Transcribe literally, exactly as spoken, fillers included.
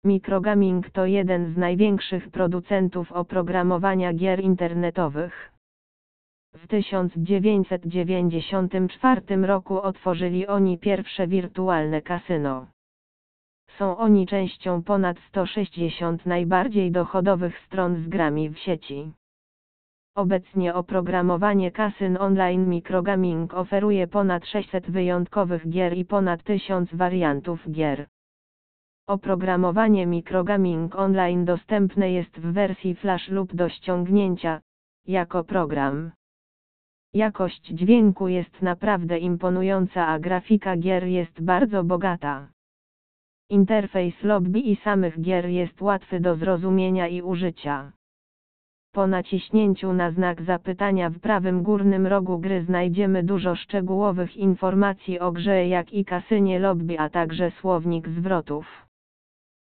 Microgaming to jeden z największych producentów oprogramowania gier internetowych. W tysiąc dziewięćset dziewięćdziesiątym czwartym roku otworzyli oni pierwsze wirtualne kasyno. Są oni częścią ponad stu sześćdziesięciu najbardziej dochodowych stron z grami w sieci. Obecnie oprogramowanie kasyn online Microgaming oferuje ponad sześćset wyjątkowych gier i ponad tysiąc wariantów gier. Oprogramowanie Microgaming Online dostępne jest w wersji Flash lub do ściągnięcia, jako program. Jakość dźwięku jest naprawdę imponująca, a grafika gier jest bardzo bogata. Interfejs lobby i samych gier jest łatwy do zrozumienia i użycia. Po naciśnięciu na znak zapytania w prawym górnym rogu gry znajdziemy dużo szczegółowych informacji o grze, jak i kasynie lobby, a także słownik zwrotów.